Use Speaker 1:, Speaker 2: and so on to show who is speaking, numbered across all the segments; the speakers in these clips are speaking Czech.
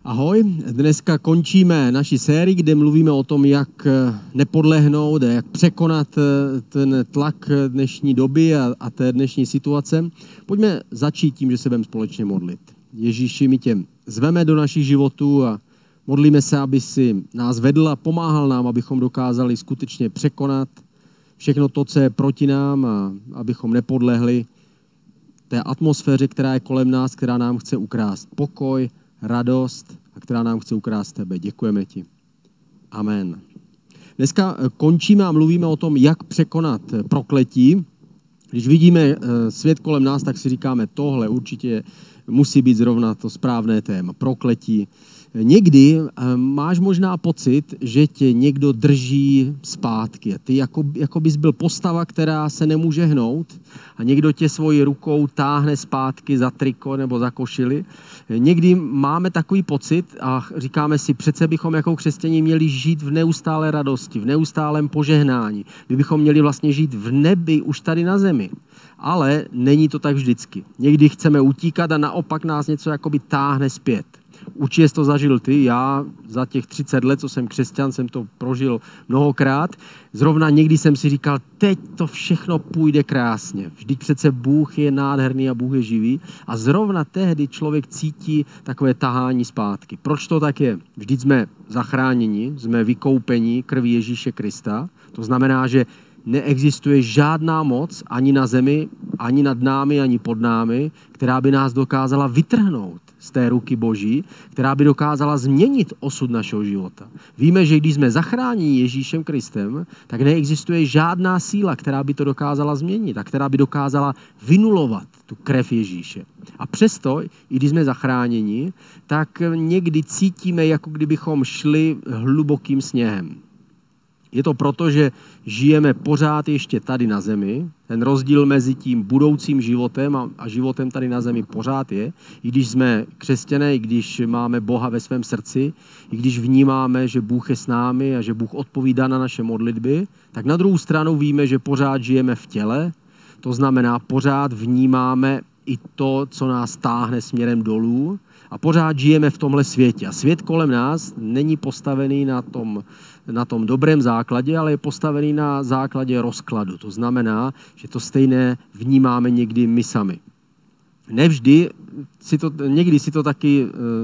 Speaker 1: Ahoj, dneska končíme naši sérii, kde mluvíme o tom, jak nepodlehnout a jak překonat ten tlak dnešní doby a té dnešní situace. Pojďme začít tím, že se budeme společně modlit. Ježíši, my tě zveme do našich životů a modlíme se, aby si nás vedl a pomáhal nám, abychom dokázali skutečně překonat všechno to, co je proti nám a abychom nepodlehli té atmosféře, která je kolem nás, která nám chce ukrást pokoj, radost a která nám chce ukrást tebe. Děkujeme ti. Amen. Dneska končíme a mluvíme o tom, jak překonat prokletí. Když vidíme svět kolem nás, tak si říkáme, tohle určitě musí být zrovna to správné téma. Prokletí. Někdy máš možná pocit, že tě někdo drží zpátky. Ty jako bys byl postava, která se nemůže hnout a někdo tě svojí rukou táhne zpátky za triko nebo za košili. Někdy máme takový pocit a říkáme si, přece bychom jako křesťané měli žít v neustálé radosti, v neustálém požehnání. My bychom měli vlastně žít v nebi už tady na zemi. Ale není to tak vždycky. Někdy chceme utíkat a naopak nás něco jakoby táhne zpět. Určitě jsi to zažil ty, já za těch 30 let, co jsem křesťan, jsem to prožil mnohokrát. Zrovna někdy jsem si říkal, teď to všechno půjde krásně. Vždyť přece Bůh je nádherný a Bůh je živý. A zrovna tehdy člověk cítí takové tahání zpátky. Proč to tak je? Vždyť jsme zachráněni, jsme vykoupeni krví Ježíše Krista. To znamená, že neexistuje žádná moc ani na zemi, ani nad námi, ani pod námi, která by nás dokázala vytrhnout z té ruky Boží, která by dokázala změnit osud našeho života. Víme, že když jsme zachráněni Ježíšem Kristem, tak neexistuje žádná síla, která by to dokázala změnit a která by dokázala vynulovat tu krev Ježíše. A přesto, i když jsme zachráněni, tak někdy cítíme, jako kdybychom šli hlubokým sněhem. Je to proto, že žijeme pořád ještě tady na zemi. Ten rozdíl mezi tím budoucím životem a životem tady na zemi pořád je. I když jsme křesťané, i když máme Boha ve svém srdci, i když vnímáme, že Bůh je s námi a že Bůh odpovídá na naše modlitby, tak na druhou stranu víme, že pořád žijeme v těle. To znamená, pořád vnímáme i to, co nás táhne směrem dolů. A pořád žijeme v tomhle světě. A svět kolem nás není postavený na tom dobrém základě, ale je postavený na základě rozkladu. To znamená, že to stejné vnímáme někdy my sami. Nevždy, někdy si to taky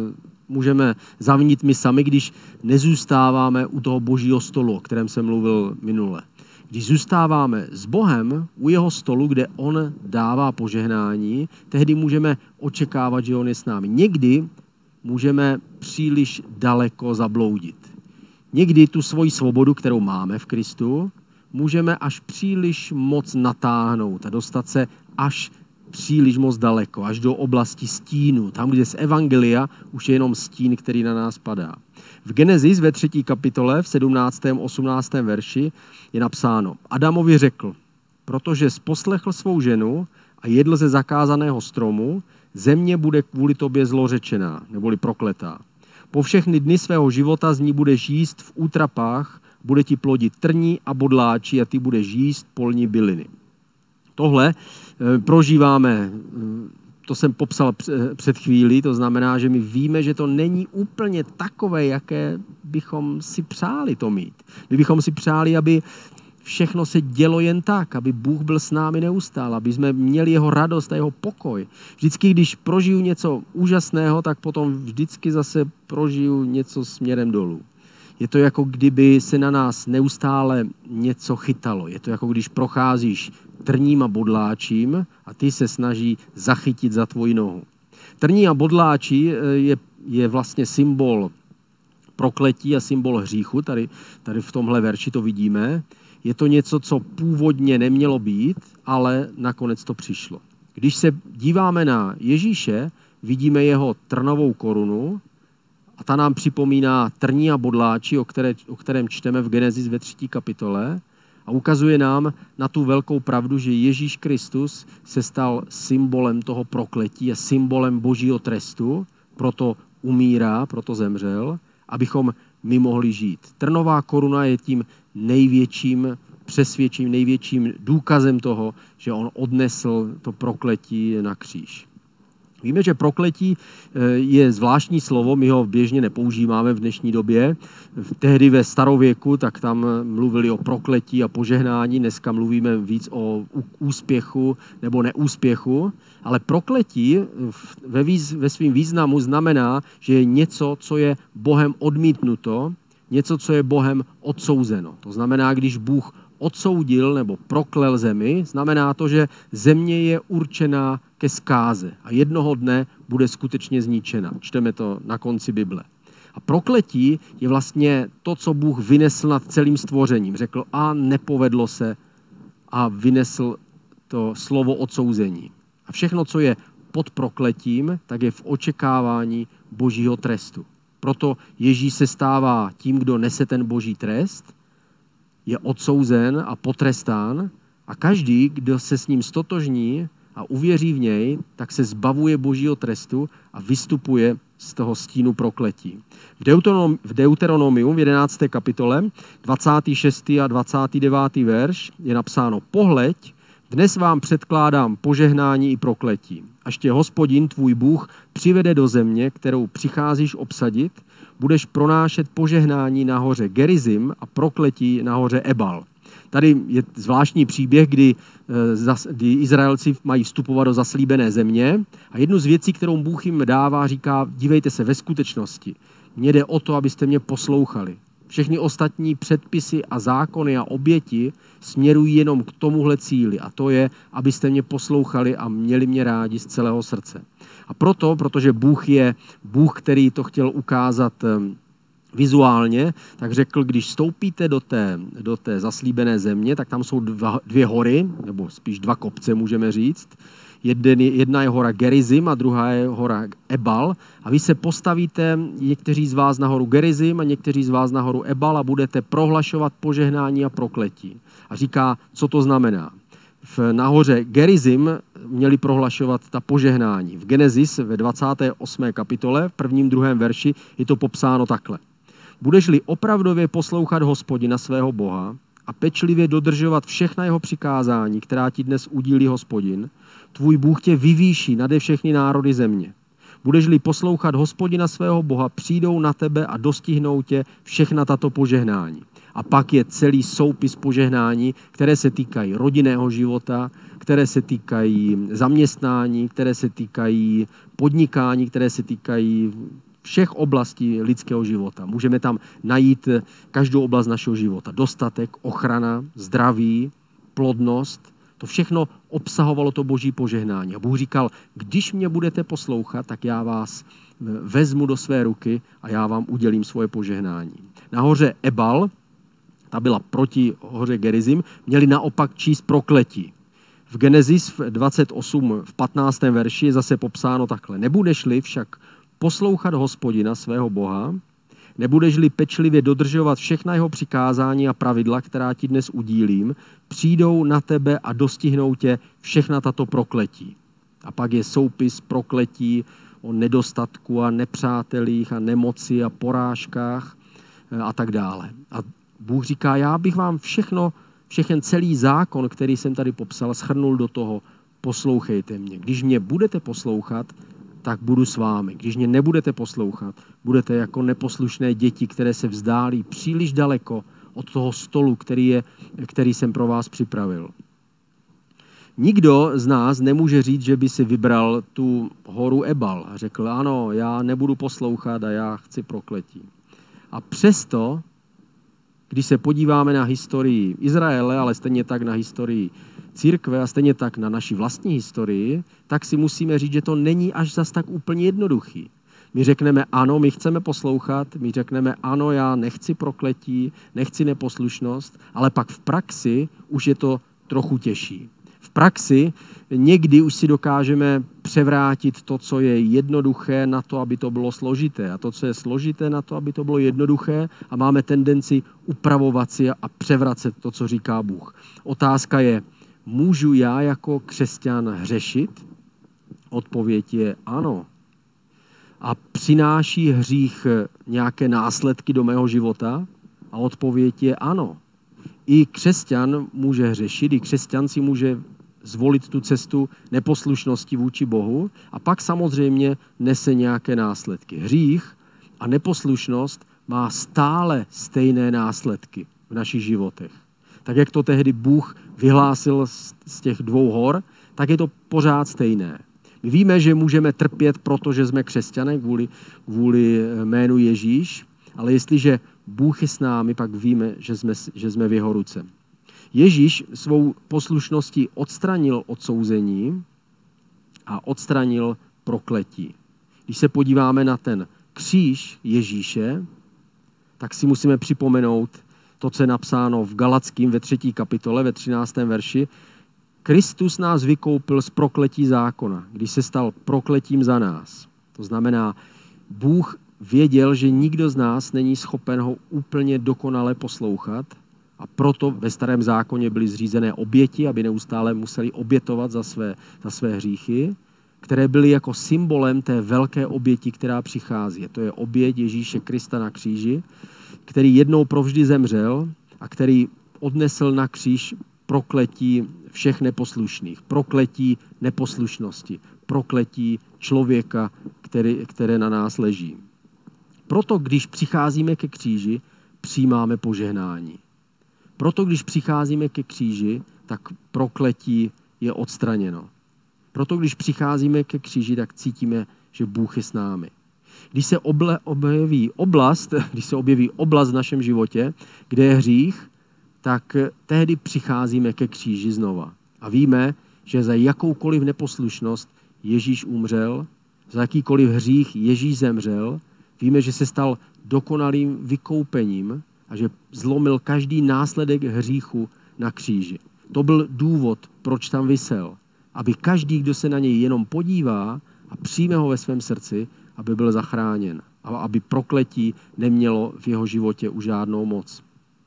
Speaker 1: můžeme zavinit my sami, když nezůstáváme u toho Božího stolu, o kterém jsem mluvil minule. Když zůstáváme s Bohem u jeho stolu, kde on dává požehnání, tehdy můžeme očekávat, že on je s námi. Někdy můžeme příliš daleko zabloudit. Někdy tu svoji svobodu, kterou máme v Kristu, můžeme až příliš moc natáhnout a dostat se až příliš moc daleko, až do oblasti stínu, tam, kde z evangelia už je jenom stín, který na nás padá. V Genesis ve 3. kapitole, v 17. 18. verši je napsáno: Adamovi řekl, protože poslechl svou ženu a jedl ze zakázaného stromu, země bude kvůli tobě zlořečená, neboli prokletá. Po všechny dny svého života z ní budeš jíst v útrapách, bude ti plodit trní a bodláči a ty budeš jíst polní byliny. Tohle prožíváme, to jsem popsal před chvílí, to znamená, že my víme, že to není úplně takové, jaké bychom si přáli to mít. My bychom si přáli, aby všechno se dělo jen tak, aby Bůh byl s námi neustále, aby jsme měli jeho radost a jeho pokoj. Vždycky, když prožiju něco úžasného, tak potom vždycky zase prožiju něco směrem dolů. Je to jako kdyby se na nás neustále něco chytalo. Je to jako když procházíš trním a bodláčím a ty se snaží zachytit za tvoji nohu. Trní a bodláčí je vlastně symbol prokletí a symbol hříchu. Tady v tomhle verši to vidíme. Je to něco, co původně nemělo být, ale nakonec to přišlo. Když se díváme na Ježíše, vidíme jeho trnovou korunu a ta nám připomíná trní a bodláči, o kterém čteme v Genesis ve 3. kapitole a ukazuje nám na tu velkou pravdu, že Ježíš Kristus se stal symbolem toho prokletí a symbolem Božího trestu, proto umírá, proto zemřel, abychom my mohli žít. Trnová koruna je tím největším přesvědčením, největším důkazem toho, že on odnesl to prokletí na kříž. Víme, že prokletí je zvláštní slovo, my ho běžně nepoužíváme v dnešní době. Tehdy ve starověku, tak tam mluvili o prokletí a požehnání, dneska mluvíme víc o úspěchu nebo neúspěchu, ale prokletí ve svém významu znamená, že je něco, co je Bohem odmítnuto, něco, co je Bohem odsouzeno. To znamená, když Bůh odsoudil nebo proklel zemi, znamená to, že země je určená ke zkáze a jednoho dne bude skutečně zničena. Čteme to na konci Bible. A prokletí je vlastně to, co Bůh vynesl nad celým stvořením. Řekl a nepovedlo se a vynesl to slovo odsouzení. A všechno, co je pod prokletím, tak je v očekávání Božího trestu. Proto Ježíš se stává tím, kdo nese ten Boží trest, je odsouzen a potrestán a každý, kdo se s ním stotožní a uvěří v něj, tak se zbavuje Božího trestu a vystupuje z toho stínu prokletí. V Deuteronomiu v 11. kapitole 26. a 29. verš je napsáno: Pohleď, dnes vám předkládám požehnání i prokletí. Až tě Hospodin, tvůj Bůh, přivede do země, kterou přicházíš obsadit, budeš pronášet požehnání na hoře Gerizim a prokletí na hoře Ebal. Tady je zvláštní příběh, kdy Izraelci mají vstupovat do zaslíbené země a jednu z věcí, kterou Bůh jim dává, říká: dívejte se, ve skutečnosti mně jde o to, abyste mě poslouchali. Všechny ostatní předpisy a zákony a oběti směrují jenom k tomuhle cíli a to je, abyste mě poslouchali a měli mě rádi z celého srdce. A protože Bůh je Bůh, který to chtěl ukázat vizuálně, tak řekl, když vstoupíte do té zaslíbené země, tak tam jsou dvě hory, nebo spíš dva kopce, můžeme říct. Jedna je hora Gerizim a druhá je hora Ebal. A vy se postavíte, někteří z vás na horu Gerizim a někteří z vás na horu Ebal a budete prohlašovat požehnání a prokletí. A říká, co to znamená. Nahoře Gerizim měli prohlašovat ta požehnání. V Genesis ve 28. kapitole, v 1. 2. verši je to popsáno takhle. Budeš-li opravdově poslouchat Hospodina svého Boha a pečlivě dodržovat všechna jeho přikázání, která ti dnes udílí Hospodin, tvůj Bůh tě vyvýší nade všechny národy země. Budeš-li poslouchat Hospodina svého Boha, přijdou na tebe a dostihnou tě všechna tato požehnání. A pak je celý soupis požehnání, které se týkají rodinného života, které se týkají zaměstnání, které se týkají podnikání, které se týkají všech oblastí lidského života. Můžeme tam najít každou oblast našeho života. Dostatek, ochrana, zdraví, plodnost. To všechno obsahovalo to Boží požehnání. A Bůh říkal, když mě budete poslouchat, tak já vás vezmu do své ruky a já vám udělím svoje požehnání. Na hoře Ebal, ta byla proti hoře Gerizim, měli naopak číst prokletí. V Genesis 28 v 15. verši je zase popsáno takhle. Nebudeš-li však poslouchat Hospodina svého Boha, nebudeš-li pečlivě dodržovat všechna jeho přikázání a pravidla, která ti dnes udílím, přijdou na tebe a dostihnou tě všechna tato prokletí. A pak je soupis prokletí o nedostatku a nepřátelích a nemoci a porážkách a tak dále. A Bůh říká, já bych vám všechen celý zákon, který jsem tady popsal, shrnul do toho, poslouchejte mě. Když mě budete poslouchat, tak budu s vámi. Když mě nebudete poslouchat, budete jako neposlušné děti, které se vzdálí příliš daleko od toho stolu, který jsem pro vás připravil. Nikdo z nás nemůže říct, že by si vybral tu horu Ebal a řekl, ano, já nebudu poslouchat a já chci prokletí. A přesto, když se podíváme na historii Izraele, ale stejně tak na historii církve a stejně tak na naši vlastní historii, tak si musíme říct, že to není až zas tak úplně jednoduchý. My řekneme ano, my chceme poslouchat, my řekneme ano, já nechci prokletí, nechci neposlušnost, ale pak v praxi už je to trochu těžší. V praxi někdy už si dokážeme převrátit to, co je jednoduché na to, aby to bylo složité a to, co je složité na to, aby to bylo jednoduché a máme tendenci upravovat si a převracet to, co říká Bůh. Otázka je, můžu já jako křesťan hřešit? Odpověď je ano. A přináší hřích nějaké následky do mého života? A odpověď je ano. I křesťan může hřešit, i křesťan si může zvolit tu cestu neposlušnosti vůči Bohu a pak samozřejmě nese nějaké následky. Hřích a neposlušnost má stále stejné následky v našich životech. Tak jak to tehdy Bůh vyhlásil z těch 2 hor, tak je to pořád stejné. My víme, že můžeme trpět, protože jsme křesťané kvůli jménu Ježíš, ale jestliže Bůh je s námi, pak víme, že jsme v jeho ruce. Ježíš svou poslušností odstranil odsouzení a odstranil prokletí. Když se podíváme na ten kříž Ježíše, tak si musíme připomenout to, co je napsáno v Galackým ve 3. kapitole, ve 13. verši. Kristus nás vykoupil z prokletí zákona, když se stal prokletím za nás. To znamená, Bůh věděl, že nikdo z nás není schopen ho úplně dokonale poslouchat a proto ve starém zákoně byly zřízené oběti, aby neustále museli obětovat za své hříchy, které byly jako symbolem té velké oběti, která přichází. To je oběť Ježíše Krista na kříži, který jednou provždy zemřel a který odnesl na kříž prokletí všech neposlušných, prokletí neposlušnosti, prokletí člověka, které na nás leží. Proto, když přicházíme ke kříži, přijímáme požehnání. Proto, když přicházíme ke kříži, tak prokletí je odstraněno. Proto, když přicházíme ke kříži, tak cítíme, že Bůh je s námi. Když se objeví oblast v našem životě, kde je hřích, tak tehdy přicházíme ke kříži znova. A víme, že za jakoukoliv neposlušnost Ježíš umřel, za jakýkoliv hřích Ježíš zemřel, víme, že se stal dokonalým vykoupením a že zlomil každý následek hříchu na kříži. To byl důvod, proč tam visel. Aby každý, kdo se na něj jenom podívá a přijme ho ve svém srdci, aby byl zachráněn. A aby prokletí nemělo v jeho životě už žádnou moc.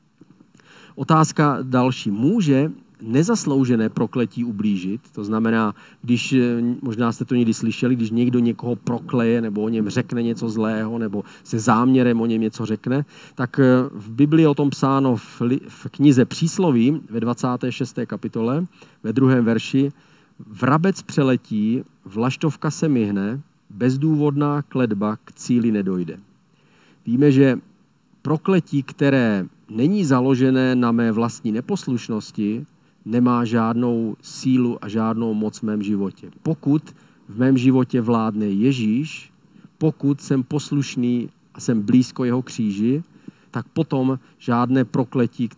Speaker 1: Otázka další. Může nezasloužené prokletí ublížit? To znamená, když, možná jste to někdy slyšeli, když někdo někoho prokleje nebo o něm řekne něco zlého nebo se záměrem o něm něco řekne, tak v Biblii je o tom psáno v knize Přísloví ve 26. kapitole ve 2. verši. Vrabec přeletí, vlaštovka se myhne, bezdůvodná kletba k cíli nedojde. Víme, že prokletí, které není založené na mé vlastní neposlušnosti, nemá žádnou sílu a žádnou moc v mém životě. Pokud v mém životě vládne Ježíš, pokud jsem poslušný a jsem blízko jeho kříži, tak potom žádné prokletí,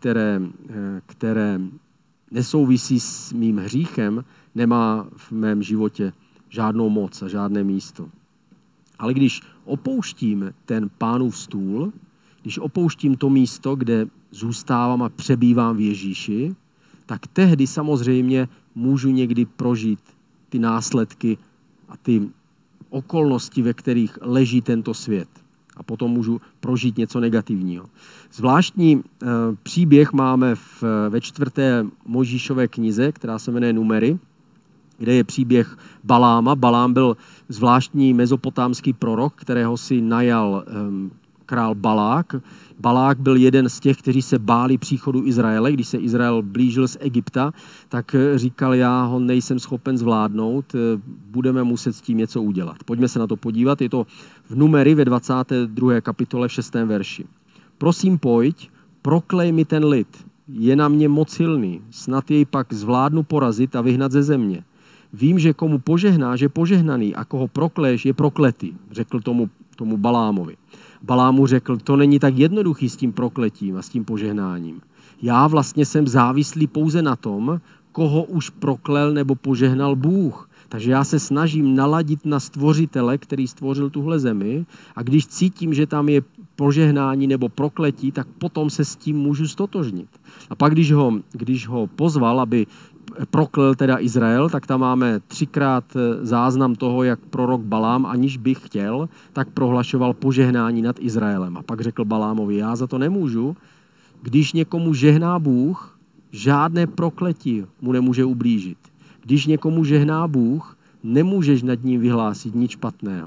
Speaker 1: které nesouvisí s mým hříchem, nemá v mém životě žádnou moc a žádné místo. Ale když opouštím ten Pánův stůl, když opouštím to místo, kde zůstávám a přebývám v Ježíši, tak tehdy samozřejmě můžu někdy prožít ty následky a ty okolnosti, ve kterých leží tento svět. A potom můžu prožít něco negativního. Zvláštní příběh máme ve 4. Mojžíšové knize, která se jmenuje Numery, kde je příběh Baláma. Balám byl zvláštní mezopotámský prorok, kterého si najal král Balák. Balák byl jeden z těch, kteří se báli příchodu Izraele. Když se Izrael blížil z Egypta, tak říkal, já ho nejsem schopen zvládnout, budeme muset s tím něco udělat. Pojďme se na to podívat. Je to v Numery ve 22. kapitole v 6. verši. Prosím, pojď, proklej mi ten lid. Je na mě moc silný, snad jej pak zvládnu porazit a vyhnat ze země. Vím, že komu požehnáš, je požehnaný a koho prokleješ, je prokletý, řekl tomu Balámovi. Balám mu řekl, to není tak jednoduchý s tím prokletím a s tím požehnáním. Já vlastně jsem závislý pouze na tom, koho už proklel nebo požehnal Bůh. Takže já se snažím naladit na stvořitele, který stvořil tuhle zemi a když cítím, že tam je požehnání nebo prokletí, tak potom se s tím můžu stotožnit. A pak, když ho pozval, aby proklel teda Izrael, tak tam máme 3krát záznam toho, jak prorok Balám, aniž bych chtěl, tak prohlašoval požehnání nad Izraelem. A pak řekl Balámovi, já za to nemůžu, když někomu žehná Bůh, žádné prokletí mu nemůže ublížit. Když někomu žehná Bůh, nemůžeš nad ním vyhlásit nic špatného.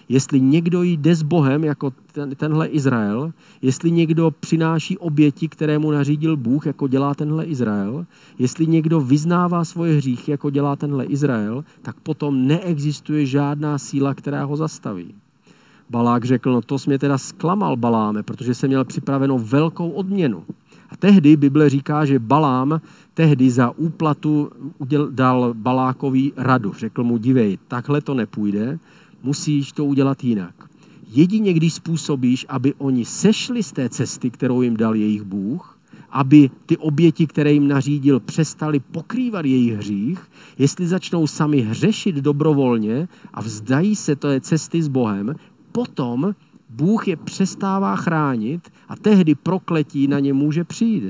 Speaker 1: jestli někdo jde s Bohem, jako tenhle Izrael, jestli někdo přináší oběti, které mu nařídil Bůh, jako dělá tenhle Izrael, jestli někdo vyznává svoje hříchy, jako dělá tenhle Izrael, tak potom neexistuje žádná síla, která ho zastaví. Balák řekl, no to jsi mě teda zklamal, Baláme, protože jsem měl připravenou velkou odměnu. A tehdy Bible říká, že Balám tehdy za úplatu dal Balákovi radu. Řekl mu, dívej, takhle to nepůjde, musíš to udělat jinak. Jedině když způsobíš, aby oni sešli z té cesty, kterou jim dal jejich Bůh, aby ty oběti, které jim nařídil, přestali pokrývat jejich hřích, jestli začnou sami hřešit dobrovolně a vzdají se té cesty s Bohem, potom Bůh je přestává chránit a tehdy prokletí na ně může přijít,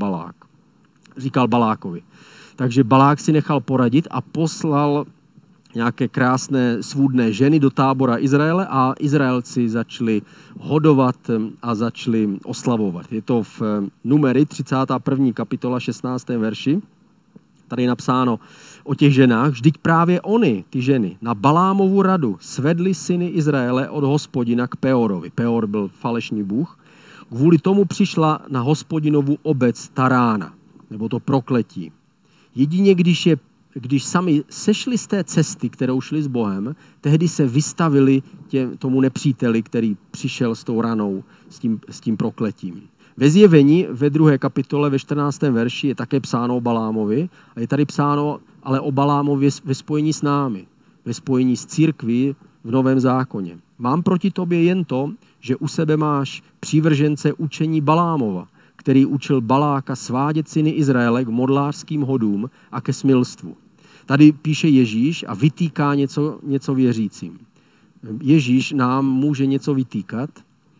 Speaker 1: říkal Balákovi. Takže Balák si nechal poradit a poslal nějaké krásné svůdné ženy do tábora Izraele a Izraelci začali hodovat a začali oslavovat. Je to v Numery 31. kapitola 16. verši. Tady je napsáno o těch ženách, vždyť právě oni, ty ženy, na Balámovu radu svedli syny Izraele od Hospodina k Peorovi. Peor byl falešný bůh. Kvůli tomu přišla na Hospodinovu obec ta rána, nebo to prokletí. Jedině když sami sešli z té cesty, kterou šli s Bohem, tehdy se vystavili tomu nepříteli, který přišel s tou ranou, s tím prokletím. Ve Zjevení ve 2. kapitole ve 14. verši je také psáno o Balámovi a je tady psáno ale o Balámovi ve spojení s námi, ve spojení s církví v Novém zákoně. Mám proti tobě jen to, že u sebe máš přívržence učení Balámova, který učil Baláka svádět syny Izraele k modlářským hodům a ke smilstvu. Tady píše Ježíš a vytýká něco věřícím. Ježíš nám může něco vytýkat.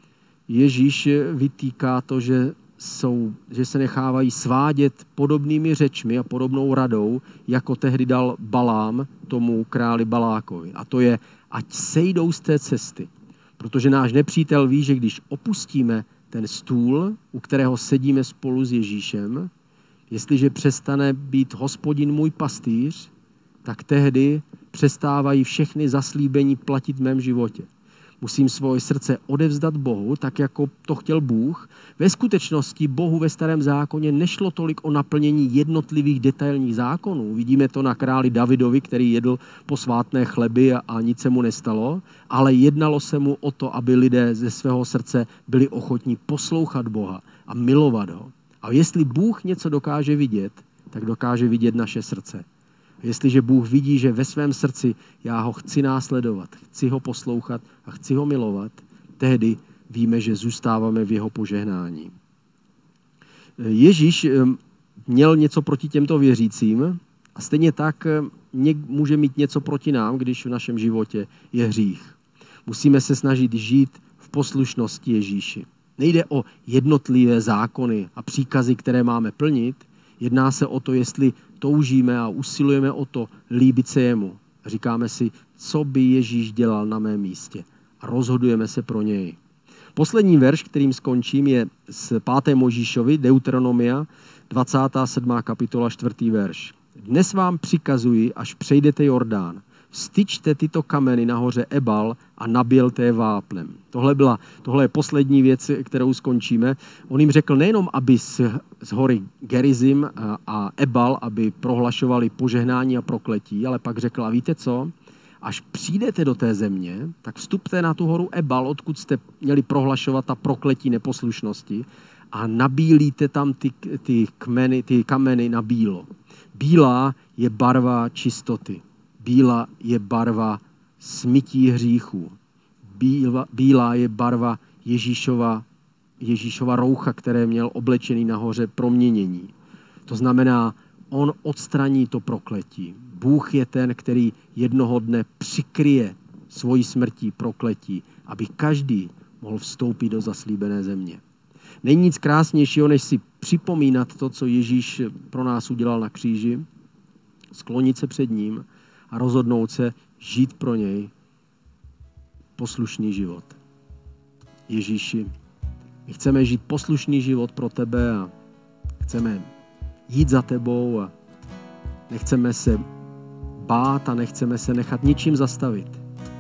Speaker 1: Ježíš vytýká to, že se nechávají svádět podobnými řečmi a podobnou radou, jako tehdy dal Balám tomu králi Balákovi. A to je, ať sejdou z té cesty. Protože náš nepřítel ví, že když opustíme ten stůl, u kterého sedíme spolu s Ježíšem, jestliže přestane být Hospodin můj pastýř, tak tehdy přestávají všechny zaslíbení platit v mém životě. Musím svoje srdce odevzdat Bohu, tak jako to chtěl Bůh. Ve skutečnosti Bohu ve Starém zákoně nešlo tolik o naplnění jednotlivých detailních zákonů. Vidíme to na králi Davidovi, který jedl posvátné chleby a nic se mu nestalo, ale jednalo se mu o to, aby lidé ze svého srdce byli ochotní poslouchat Boha a milovat ho. A jestli Bůh něco dokáže vidět, tak dokáže vidět naše srdce. Jestliže Bůh vidí, že ve svém srdci já ho chci následovat, chci ho poslouchat a chci ho milovat, tehdy víme, že zůstáváme v jeho požehnání. Ježíš měl něco proti těmto věřícím a stejně tak může mít něco proti nám, když v našem životě je hřích. Musíme se snažit žít v poslušnosti Ježíši. Nejde o jednotlivé zákony a příkazy, které máme plnit. Jedná se o to, jestli toužíme a usilujeme o to líbit se jemu. Říkáme si, co by Ježíš dělal na mém místě. A rozhodujeme se pro něj. Poslední verš, kterým skončím, je z 5. Mojžíšovi, Deuteronomia, 27. kapitola, 4. verš. Dnes vám přikazuji, až přejdete Jordán, vstyčte tyto kameny na hoře Ebal a nabělte je vápnem. Tohle je poslední věc, kterou skončíme. On jim řekl nejenom, aby z hory Gerizim a Ebal, aby prohlašovali požehnání a prokletí, ale pak řekl, a víte co? Až přijdete do té země, tak vstupte na tu horu Ebal, odkud jste měli prohlašovat ta prokletí neposlušnosti a nabílíte tam ty kameny na bílo. Bílá je barva čistoty. Bílá je barva smytí hříchů. Bílá je barva Ježíšova roucha, které měl oblečený nahoře proměnění. To znamená, on odstraní to prokletí. Bůh je ten, který jednoho dne přikryje svojí smrtí prokletí, aby každý mohl vstoupit do zaslíbené země. Není nic krásnějšího, než si připomínat to, co Ježíš pro nás udělal na kříži, sklonit se před ním a rozhodnout se žít pro něj poslušný život. Ježíši, my chceme žít poslušný život pro tebe a chceme jít za tebou a nechceme se bát a nechceme se nechat ničím zastavit.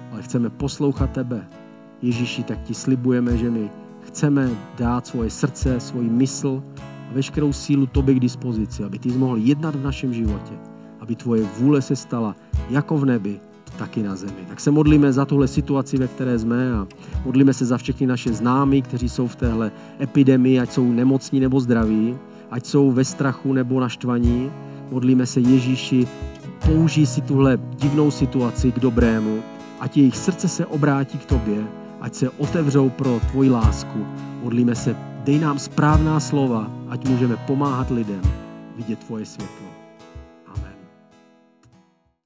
Speaker 1: ale chceme poslouchat tebe. Ježíši, tak ti slibujeme, že my chceme dát svoje srdce, svoji mysl a veškerou sílu tobě k dispozici, aby ty jsi mohl jednat v našem životě, aby tvoje vůle se stala jako v nebi, tak i na zemi. Tak se modlíme za tuhle situaci, ve které jsme a modlíme se za všechny naše známí, kteří jsou v téhle epidemii, ať jsou nemocní nebo zdraví, ať jsou ve strachu nebo naštvaní. Modlíme se Ježíši, použij si tuhle divnou situaci k dobrému, ať jejich srdce se obrátí k tobě, ať se otevřou pro tvoji lásku. Modlíme se, dej nám správná slova, ať můžeme pomáhat lidem vidět tvoje světlo.